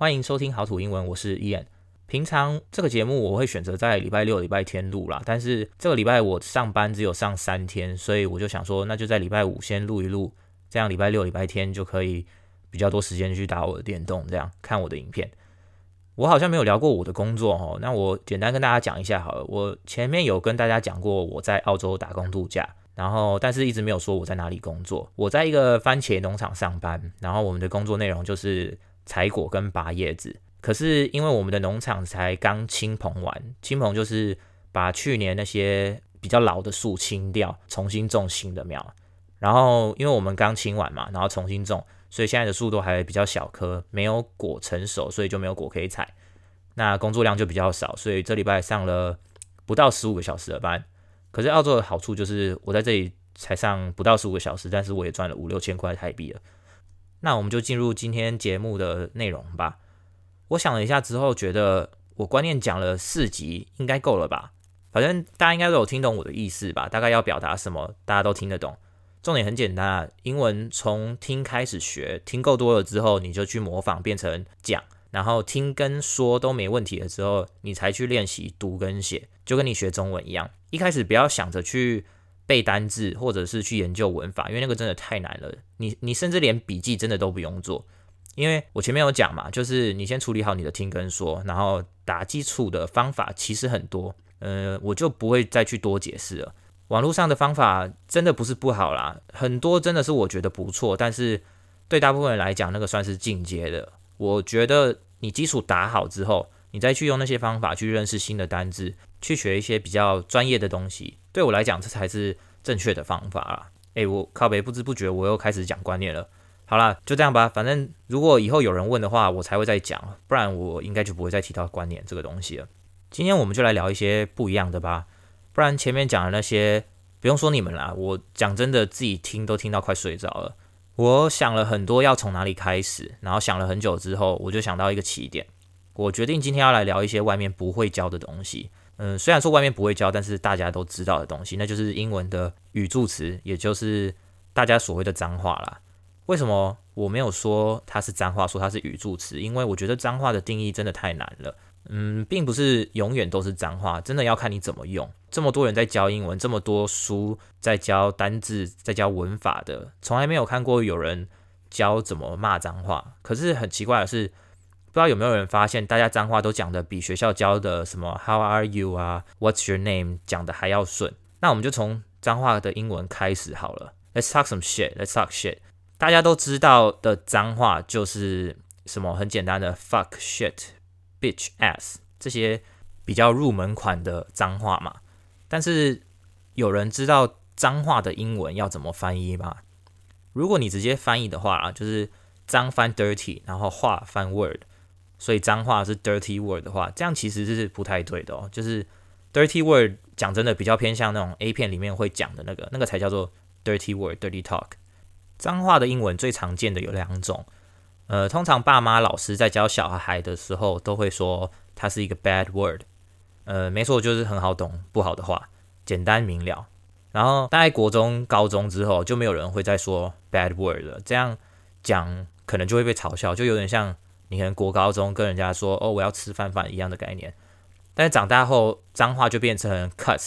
欢迎收听好土英文，我是 Ian。平常这个节目我会选择在礼拜六、礼拜天录啦，但是这个礼拜我上班只有上3天，所以我就想说，那就在礼拜五先录一录，这样礼拜六、礼拜天就可以比较多时间去打我的电动，这样看我的影片。我好像没有聊过我的工作哦，那我简单跟大家讲一下好了。我前面有跟大家讲过我在澳洲打工度假，然后但是一直没有说我在哪里工作。我在一个番茄农场上班，然后我们的工作内容就是采果跟拔叶子。可是因为我们的农场才刚清棚完，清棚就是把去年那些比较老的树清掉，重新种新的苗。然后因为我们刚清完嘛，然后重新种，所以现在的树都还比较小颗，没有果成熟，所以就没有果可以采。那工作量就比较少，所以这礼拜上了不到15个小时的班。可是澳洲的好处就是我在这里才上不到15个小时，但是我也赚了5-6千块台币了。那我们就进入今天节目的内容吧。我想了一下之后，觉得我观念讲了4集应该够了吧？反正大家应该都有听懂我的意思吧？大概要表达什么，大家都听得懂。重点很简单啊，英文从听开始学，听够多了之后，你就去模仿变成讲，然后听跟说都没问题了之后，你才去练习读跟写，就跟你学中文一样。一开始不要想着去背单字或者是去研究文法，因为那个真的太难了。你甚至连笔记真的都不用做。因为我前面有讲嘛，就是你先处理好你的听跟说，然后打基础的方法其实很多，我就不会再去多解释了。网络上的方法真的不是不好啦，很多真的是我觉得不错，但是对大部分人来讲，那个算是进阶的。我觉得你基础打好之后，你再去用那些方法去认识新的单字，去学一些比较专业的东西，对我来讲这才是正确的方法啦。我靠北，不知不觉我又开始讲观念了。好啦，就这样吧。反正如果以后有人问的话，我才会再讲，不然我应该就不会再提到观念这个东西了。今天我们就来聊一些不一样的吧，不然前面讲的那些不用说你们啦，我讲真的自己听都听到快睡着了。我想了很多要从哪里开始，然后想了很久之后，我就想到一个起点。我决定今天要来聊一些外面不会教的东西。虽然说外面不会教，但是大家都知道的东西，那就是英文的语助词，也就是大家所谓的脏话啦。为什么我没有说它是脏话，说它是语助词？因为我觉得脏话的定义真的太难了。并不是永远都是脏话，真的要看你怎么用。这么多人在教英文，这么多书在教单字，在教文法的，从来没有看过有人教怎么骂脏话。可是很奇怪的是，不知道有没有人发现，大家脏话都讲的比学校教的什么 How are you 啊 What's your name 讲的还要顺。那我们就从脏话的英文开始好了。Let's talk some shit. Let's talk shit. 大家都知道的脏话就是什么很简单的 fuck shit。Bitch ass 这些比较入门款的脏话嘛，但是有人知道脏话的英文要怎么翻译吗？如果你直接翻译的话就是脏翻 dirty， 然后话翻 word， 所以脏话是 dirty word 的话，这样其实是不太对的哦。就是 dirty word 讲真的比较偏向那种 A 片里面会讲的那个才叫做 dirty word，dirty talk。脏话的英文最常见的有2种。通常爸妈、老师在教小孩的时候都会说它是一个 bad word。没错，就是很好懂不好的话，简单明了。然后大概国中、高中之后，就没有人会再说 bad word 了。这样讲可能就会被嘲笑，就有点像你可能国高中跟人家说我要吃饭饭一样的概念。但是长大后，脏话就变成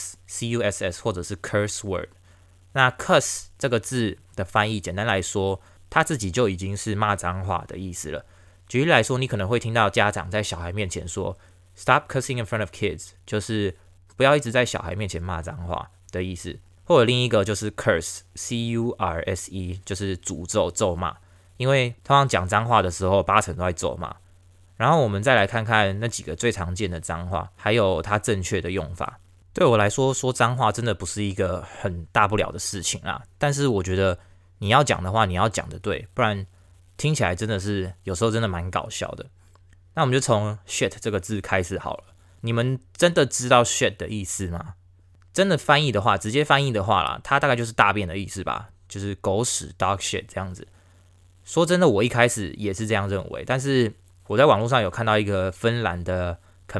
cuss 或者是 curse word。那 cuss 这个字的翻译，简单来说，他自己就已经是骂脏话的意思了。举例来说，你可能会听到家长在小孩面前说 "Stop cussing in front of kids"， 就是不要一直在小孩面前骂脏话的意思。或者另一个就是 curse，C-U-R-S-E， 就是诅咒、咒骂。因为通常讲脏话的时候，8成都在咒骂。然后我们再来看看那几个最常见的脏话，还有它正确的用法。对我来说，说脏话真的不是一个很大不了的事情啦。但是我觉得你要讲的话，你要讲的对，不然听起来真的是有时候真的蛮搞笑的。那我们就从 shit 这个字开始好了。你们真的知道 shit 的意思吗？真的翻译的话，直接翻译的话啦，它大概就是大便的意思吧，就是狗屎 dog shit 这样子。说真的，我一开始也是这样认为，但是我在网络上有看到一个芬兰的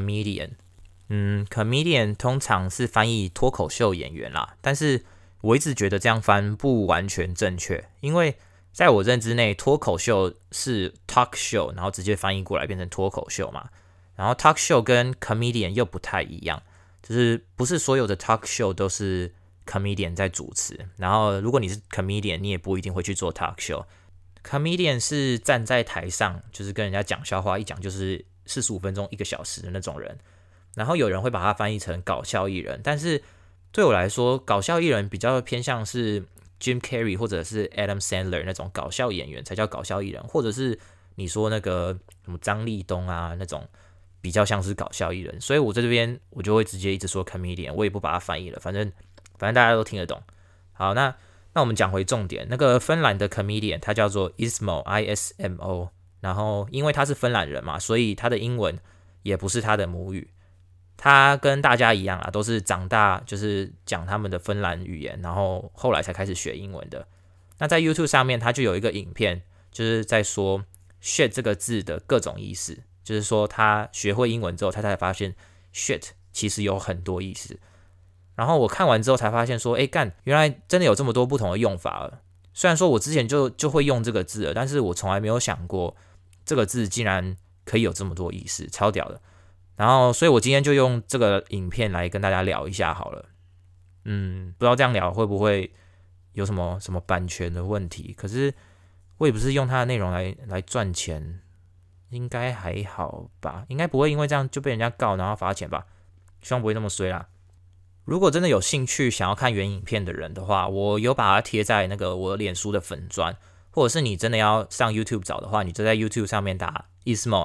comedian，comedian 通常是翻译脱口秀演员啦，但是我一直觉得这样翻不完全正确，因为在我认知内，脱口秀是 talk show， 然后直接翻译过来变成脱口秀嘛。然后 talk show 跟 comedian 又不太一样，就是不是所有的 talk show 都是 comedian 在主持。然后如果你是 comedian， 你也不一定会去做 talk show。comedian 是站在台上，就是跟人家讲笑话，一讲就是45分钟、1个小时的那种人。然后有人会把它翻译成搞笑艺人，但是对我来说，搞笑艺人比较偏向是 Jim Carrey 或者是 Adam Sandler 那种搞笑演员才叫搞笑艺人，或者是你说那个什么张立东啊那种比较像是搞笑艺人。所以我在这边我就会直接一直说 comedian， 我也不把它翻译了，反正大家都听得懂。好，那我们讲回重点，那个芬兰的 comedian 他叫做 Ismo ISMO， 然后因为他是芬兰人嘛，所以他的英文也不是他的母语。他跟大家一样啊，都是长大就是讲他们的芬兰语言，然后后来才开始学英文的。那在 YouTube 上面，他就有一个影片，就是在说 shit 这个字的各种意思，就是说他学会英文之后，他才发现 shit 其实有很多意思。然后我看完之后才发现说，干，原来真的有这么多不同的用法了。虽然说我之前就会用这个字了，但是我从来没有想过这个字竟然可以有这么多意思，超屌的。然后，所以我今天就用这个影片来跟大家聊一下好了。不知道这样聊会不会有什么版权的问题？可是我也不是用它的内容来赚钱，应该还好吧？应该不会因为这样就被人家告然后罚钱吧？希望不会那么衰啦。如果真的有兴趣想要看原影片的人的话，我有把它贴在那个我脸书的粉专，或者是你真的要上 YouTube 找的话，你就在 YouTube 上面打 Ismo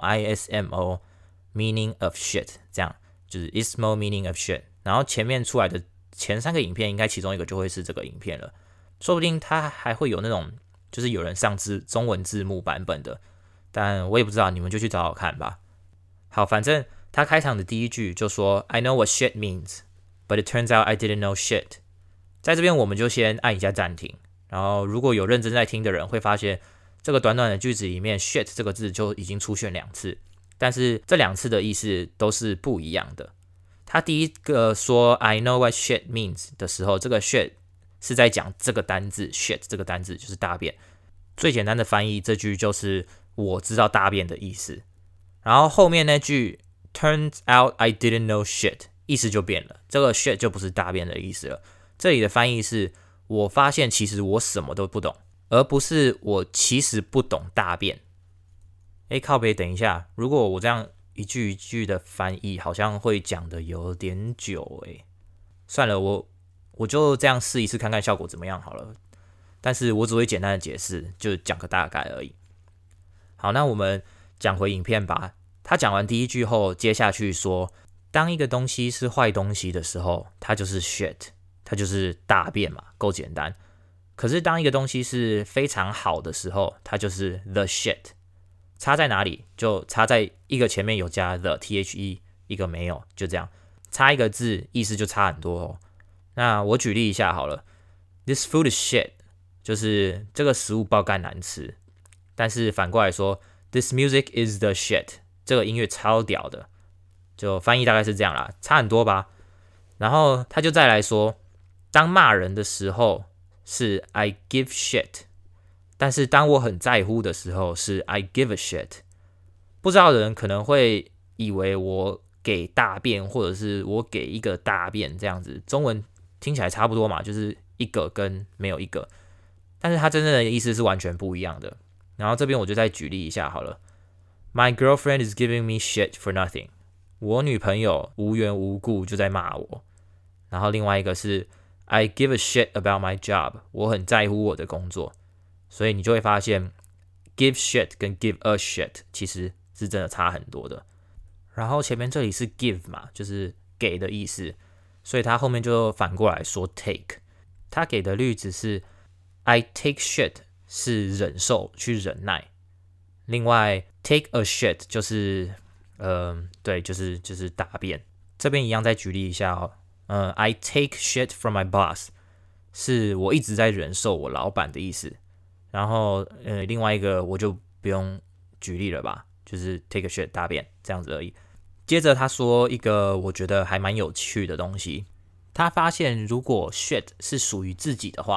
ISMO。Meaning of shit， 这样就是 Ismo meaning of shit， 然后前面出来的前3个影片，应该其中一个就会是这个影片了，说不定它还会有那种就是有人上中文字幕版本的，但我也不知道，你们就去找找看吧。好，反正他开场的第一句就说 I know what shit means, but it turns out I didn't know shit。 在这边我们就先按一下暂停，然后如果有认真在听的人会发现，这个短短的句子里面 shit 这个字就已经出现2次。但是这2次的意思都是不一样的。他第一个说 I know what shit means 的时候，这个 shit 是在讲这个单字 shit 这个单字就是大便。最简单的翻译，这句就是我知道大便的意思。然后后面那句 turns out I didn't know shit 意思就变了，这个 shit 就不是大便的意思了。这里的翻译是我发现其实我什么都不懂，而不是我其实不懂大便。靠北，等一下，如果我这样一句一句的翻译，好像会讲的有点久算了，我就这样试一次看看效果怎么样好了。但是我只会简单的解释，就讲个大概而已。好，那我们讲回影片吧。他讲完第一句后，接下去说，当一个东西是坏东西的时候，它就是 shit， 它就是大便嘛，够简单。可是当一个东西是非常好的时候，它就是 the shit。差在哪里？就差在一个前面有加 the the， 一个没有，就这样，差一个字，意思就差很多哦。那我举例一下好了 ，This food is shit， 就是这个食物爆干难吃。但是反过来说 ，This music is the shit， 这个音乐超屌的。就翻译大概是这样啦，差很多吧。然后他就再来说，当骂人的时候是 I give shit。但是当我很在乎的时候是 I give a shit。 不知道的人可能会以为我给大便或者是我给一个大便这样子，中文听起来差不多嘛，就是一个跟没有一个，但是它真正的意思是完全不一样的。然后这边我就再举例一下好了。My girlfriend is giving me shit for nothing， 我女朋友无缘无故就在骂我。然后另外一个是 I give a shit about my job， 我很在乎我的工作。所以你就会发现 give shit 跟 give a shit 其实是真的差很多的。然后前面这里是 give 嘛，就是给的意思，所以他后面就反过来说 take。他给的例子是 I take shit 是忍受去忍耐，另外 take a shit 就是对，就是大便。这边一样再举例一下哦。I take shit from my boss 是我一直在忍受我老板的意思。然后另外一个我就不用举例了吧，就是 take a shit 大便这样子而已。接着他说一个我觉得还蛮有趣的东西，他发现如果 shit 是属于自己的话，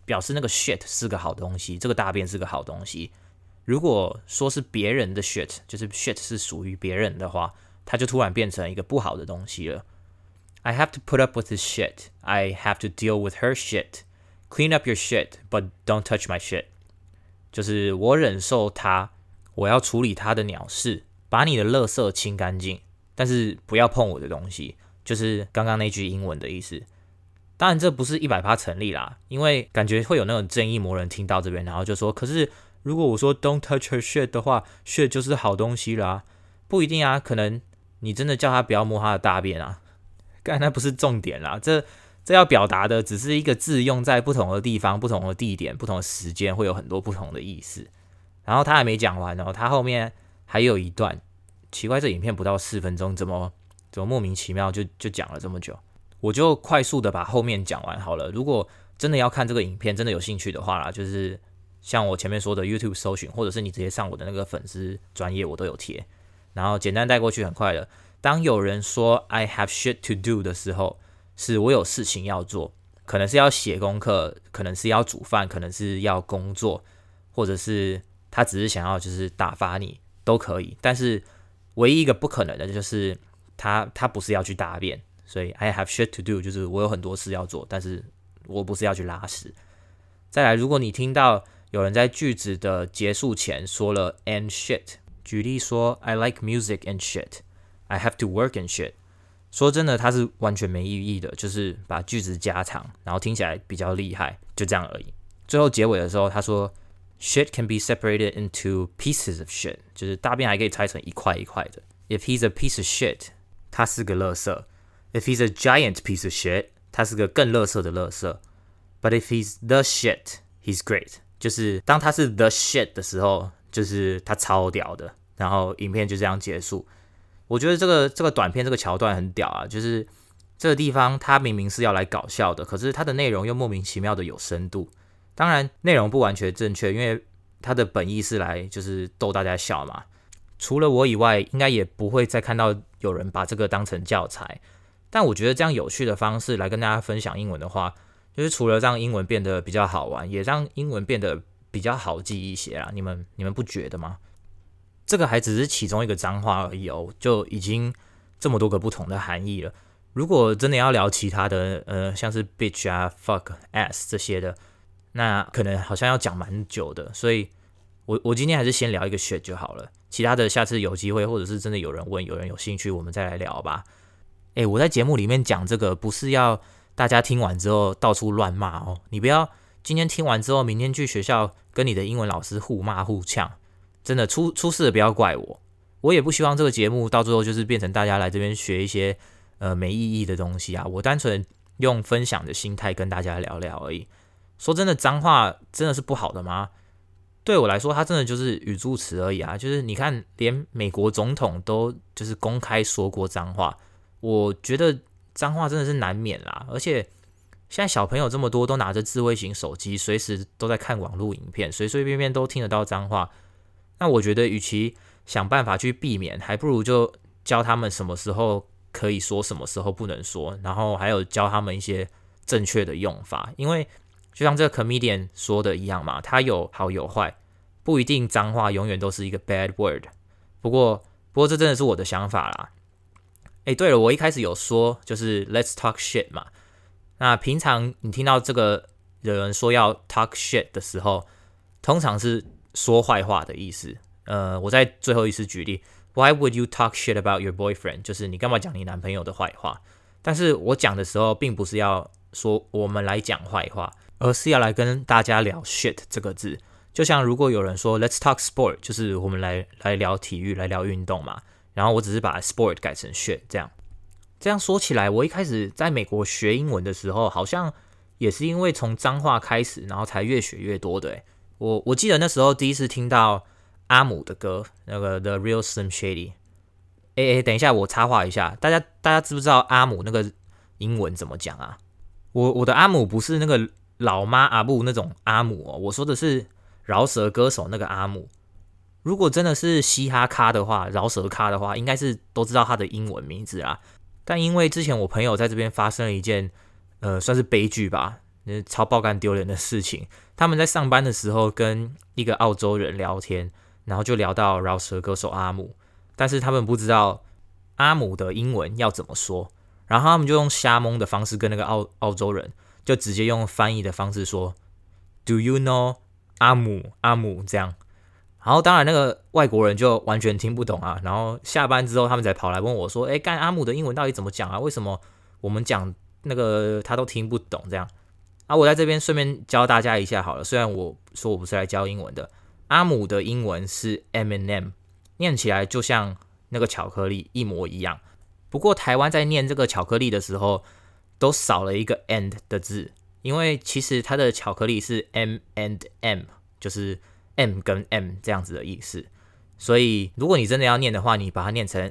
表示那个 shit 是个好东西，这个大便是个好东西。如果说是别人的 shit， 就是 shit 是属于别人的话，它就突然变成一个不好的东西了。I have to put up with his shit. I have to deal with her shit. Clean up your shit, but don't touch my shit. 就是我忍受他，我要处理他的鸟事，把你的垃圾清干净，但是不要碰我的东西。就是刚刚那句英文的意思。当然这不是100%成立啦，因为感觉会有那种正义魔人听到这边，然后就说，可是如果我说 don't touch her shit 的话， shit 就是好东西啦。不一定啊，可能你真的叫他不要摸他的大便啊，干，那不是重点啦。这要表达的只是一个字用在不同的地方、不同的地点、不同的时间，会有很多不同的意思。然后他还没讲完哦，他后面还有一段，奇怪，这影片不到4分钟，怎么莫名其妙就讲了这么久？我就快速的把后面讲完好了。如果真的要看这个影片，真的有兴趣的话啦，就是像我前面说的 YouTube 搜寻，或者是你直接上我的那个粉丝专页，我都有贴。然后简单带过去，很快的。当有人说 I have shit to do 的时候，是我有事情要做，可能是要写功课，可能是要煮饭，可能是要工作，或者是他只是想要就是打发你，都可以。但是唯一一个不可能的就是他不是要去大便。所以 I have shit to do 就是我有很多事要做，但是我不是要去拉屎。再来，如果你听到有人在句子的结束前说了 and shit， 举例说 I like music and shit， I have to work and shit， 说真的它是完全没意义的，就是把句子加长，然后听起来比较厉害，就这样而已。最后结尾的时候他说 shit can be separated into pieces of shit， 就是大便还可以拆成一块一块的。 If he's a piece of shit， 他是个垃圾。If he's a giant piece of shit， 他是个更垃圾的垃圾。But if he's the shit， he's great。就是当他是 the shit 的时候，就是他超屌的。然后影片就这样结束。我觉得这个短片这个桥段很屌啊，就是这个地方他明明是要来搞笑的，可是他的内容又莫名其妙的有深度。当然内容不完全正确，因为他的本意是来就是逗大家笑嘛。除了我以外，应该也不会再看到有人把这个当成教材。但我觉得这样有趣的方式来跟大家分享英文的话，就是除了让英文变得比较好玩，也让英文变得比较好记一些啦。你们不觉得吗？这个还只是其中一个脏话而已哦，就已经这么多个不同的含义了。如果真的要聊其他的，像是 bitch 啊、fuck、ass 这些的，那可能好像要讲蛮久的。所以我今天还是先聊一个 shit 就好了。其他的下次有机会，或者是真的有人问、有人有兴趣，我们再来聊吧。我在节目里面讲这个，不是要大家听完之后到处乱骂哦。你不要今天听完之后，明天去学校跟你的英文老师互骂互呛。真的出事了不要怪我。我也不希望这个节目到最后就是变成大家来这边学一些没意义的东西啊。我单纯用分享的心态跟大家聊聊而已。说真的，脏话真的是不好的吗？对我来说，它真的就是语助词而已啊。就是你看，连美国总统都就是公开说过脏话。我觉得脏话真的是难免啦，而且现在小朋友这么多，都拿着智慧型手机，随时都在看网络影片，随随便便都听得到脏话。那我觉得，与其想办法去避免，还不如就教他们什么时候可以说，什么时候不能说，然后还有教他们一些正确的用法。因为就像这个 comedian 说的一样嘛，他有好有坏，不一定脏话永远都是一个 bad word。不过这真的是我的想法啦。对了，我一开始有说就是 let's talk shit 嘛。那平常你听到这个有人说要 talk shit 的时候，通常是说坏话的意思。我再最后一次举例 ，Why would you talk shit about your boyfriend？ 就是你干嘛讲你男朋友的坏话？但是我讲的时候，并不是要说我们来讲坏话，而是要来跟大家聊 shit 这个字。就像如果有人说 let's talk sport， 就是我们来聊体育，来聊运动嘛。然后我只是把 sport 改成 shit， 这样说起来，我一开始在美国学英文的时候，好像也是因为从脏话开始，然后才越学越多的。我记得那时候第一次听到阿姆的歌，那个 The Real Slim Shady。等一下，我插话一下，大家知不知道阿姆那个英文怎么讲啊？我的阿姆不是那个老妈阿布那种阿姆哦，我说的是饶舌歌手那个阿姆。如果真的是嘻哈咖的话，饶舌咖的话，应该是都知道他的英文名字啦。但因为之前我朋友在这边发生了一件算是悲剧吧， 超爆干丢脸的事情。他们在上班的时候跟一个澳洲人聊天，然后就聊到饶舌歌手阿姆，但是他们不知道阿姆的英文要怎么说，然后他们就用瞎蒙的方式跟那个澳洲人就直接用翻译的方式说 Do you know 阿姆这样。然后当然那个外国人就完全听不懂啊，然后下班之后他们才跑来问我说干阿姆的英文到底怎么讲啊，为什么我们讲那个他都听不懂这样啊。我在这边顺便教大家一下好了，虽然我说我不是来教英文的，阿姆的英文是 M&M， 念起来就像那个巧克力一模一样，不过台湾在念这个巧克力的时候都少了一个 and 的字，因为其实它的巧克力是 M&M， 就是 M 跟 M 这样子的意思，所以如果你真的要念的话，你把它念成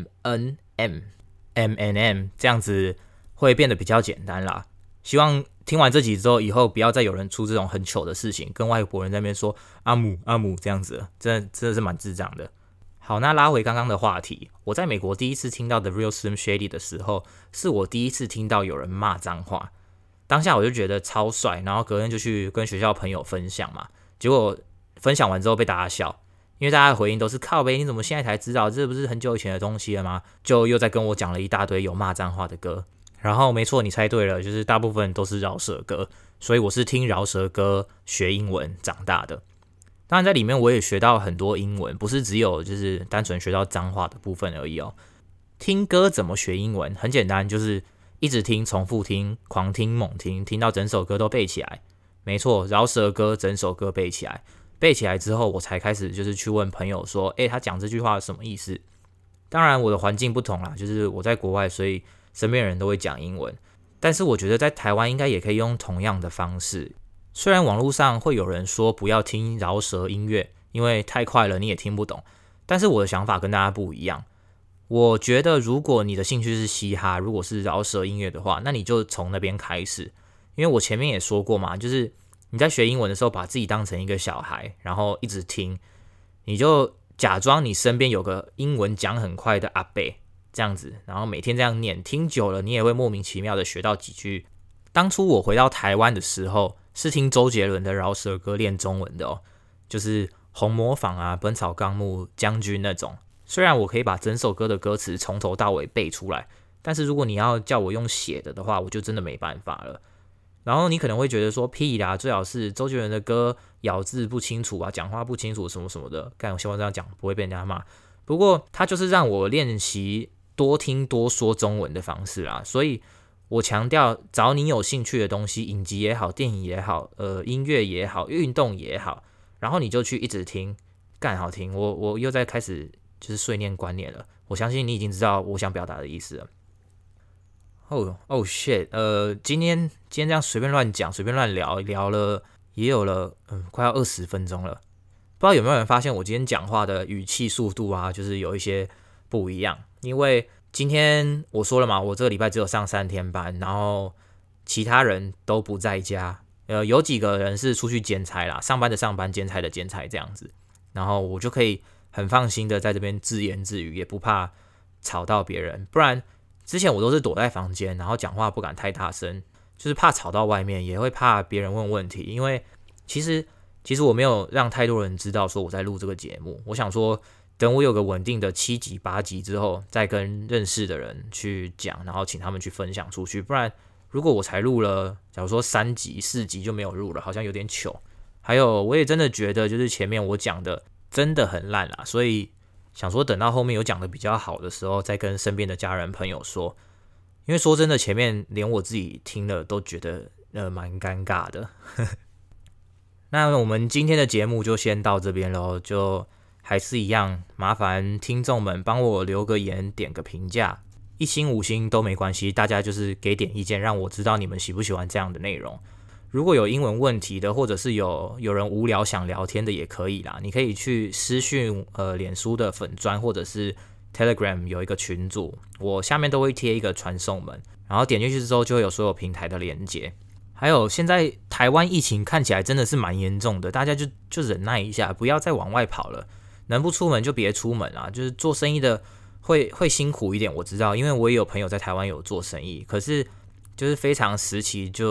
M&M 这样子会变得比较简单啦。希望听完这集之后，以后不要再有人出这种很糗的事情，跟外国人在那边说阿姆这样子，真的是蛮智障的。好，那拉回刚刚的话题，我在美国第一次听到 The Real Slim Shady 的时候，是我第一次听到有人骂脏话，当下我就觉得超帅，然后隔天就去跟学校朋友分享嘛，结果分享完之后被大家笑，因为大家的回应都是靠北，你怎么现在才知道？这不是很久以前的东西了吗？就又在跟我讲了一大堆有骂脏话的歌。然后没错，你猜对了，就是大部分都是饶舌歌，所以我是听饶舌歌学英文长大的。当然在里面我也学到很多英文，不是只有就是单纯学到脏话的部分而已哦。听歌怎么学英文？很简单，就是一直听，重复听，狂听猛听，听到整首歌都背起来。没错，饶舌歌整首歌背起来，背起来之后我才开始就是去问朋友说，他讲这句话什么意思？当然我的环境不同啦，就是我在国外，所以身边人都会讲英文，但是我觉得在台湾应该也可以用同样的方式。虽然网络上会有人说不要听饶舌音乐，因为太快了你也听不懂，但是我的想法跟大家不一样。我觉得如果你的兴趣是嘻哈，如果是饶舌音乐的话，那你就从那边开始。因为我前面也说过嘛，就是你在学英文的时候把自己当成一个小孩，然后一直听，你就假装你身边有个英文讲很快的阿伯这样子，然后每天这样念，听久了你也会莫名其妙的学到几句。当初我回到台湾的时候是听周杰伦的饶舌歌练中文的哦，就是红模仿啊、本草纲目、将军那种。虽然我可以把整首歌的歌词从头到尾背出来，但是如果你要叫我用写的话，我就真的没办法了。然后你可能会觉得说屁啦，最好是周杰伦的歌咬字不清楚啊，讲话不清楚什么什么的，干我希望这样讲不会被人家骂。不过他就是让我练习多听多说中文的方式啦，所以我强调找你有兴趣的东西，影集也好，电影也好，音乐也好，运动也好，然后你就去一直听，干好听。我又在开始就是碎念观念了，我相信你已经知道我想表达的意思了。shit， 今天这样随便乱讲，随便乱聊了，也有了快要20分钟了。不知道有没有人发现我今天讲话的语气速度啊，就是有一些不一样。因为今天我说了嘛，我这个礼拜只有上3天班，然后其他人都不在家。有几个人是出去兼差啦，上班的上班，兼差的兼差这样子。然后我就可以很放心的在这边自言自语，也不怕吵到别人。不然之前我都是躲在房间，然后讲话不敢太大声，就是怕吵到外面，也会怕别人问问题。因为其实我没有让太多人知道说我在录这个节目，我想说等我有个稳定的7集8集之后，再跟认识的人去讲，然后请他们去分享出去。不然如果我才录了假如说3集4集就没有录了，好像有点糗。还有我也真的觉得就是前面我讲的真的很烂啦，所以想说等到后面有讲的比较好的时候再跟身边的家人朋友说。因为说真的前面连我自己听了都觉得蛮尴尬的。那我们今天的节目就先到这边咯，就还是一样，麻烦听众们帮我留个言，点个评价，1星5星都没关系，大家就是给点意见，让我知道你们喜不喜欢这样的内容。如果有英文问题的，或者是有人无聊想聊天的也可以啦，你可以去私讯脸书的粉专，或者是 Telegram 有一个群组，我下面都会贴一个传送门，然后点进去之后就会有所有平台的连结。还有现在台湾疫情看起来真的是蛮严重的，大家就忍耐一下，不要再往外跑了，能不出门就别出门啊。就是做生意的会辛苦一点，我知道，因为我也有朋友在台湾有做生意，可是就是非常时期就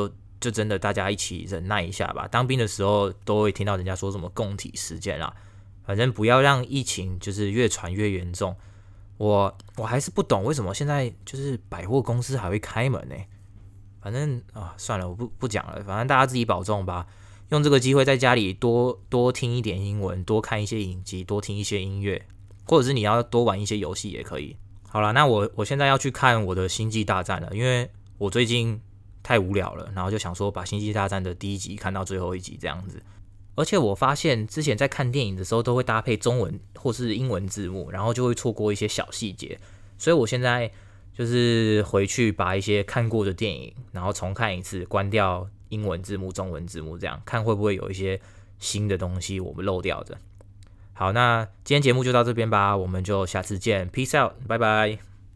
就真的大家一起忍耐一下吧。当兵的时候都会听到人家说什么共体时间啦，反正不要让疫情就是越传越严重。我还是不懂为什么现在就是百货公司还会开门呢？反正算了，我不讲了，反正大家自己保重吧。用这个机会在家里多听一点英文，多看一些影集，多听一些音乐，或者是你要多玩一些游戏也可以。好啦，那我现在要去看我的星际大战了，因为我最近太无聊了，然后就想说把星际大战的第一集看到最后一集这样子。而且我发现之前在看电影的时候都会搭配中文或是英文字幕，然后就会错过一些小细节，所以我现在就是回去把一些看过的电影，然后重看一次，关掉英文字幕、中文字幕，这样看会不会有一些新的东西我们漏掉的。好，那今天节目就到这边吧，我们就下次见 ，Peace out， 拜拜。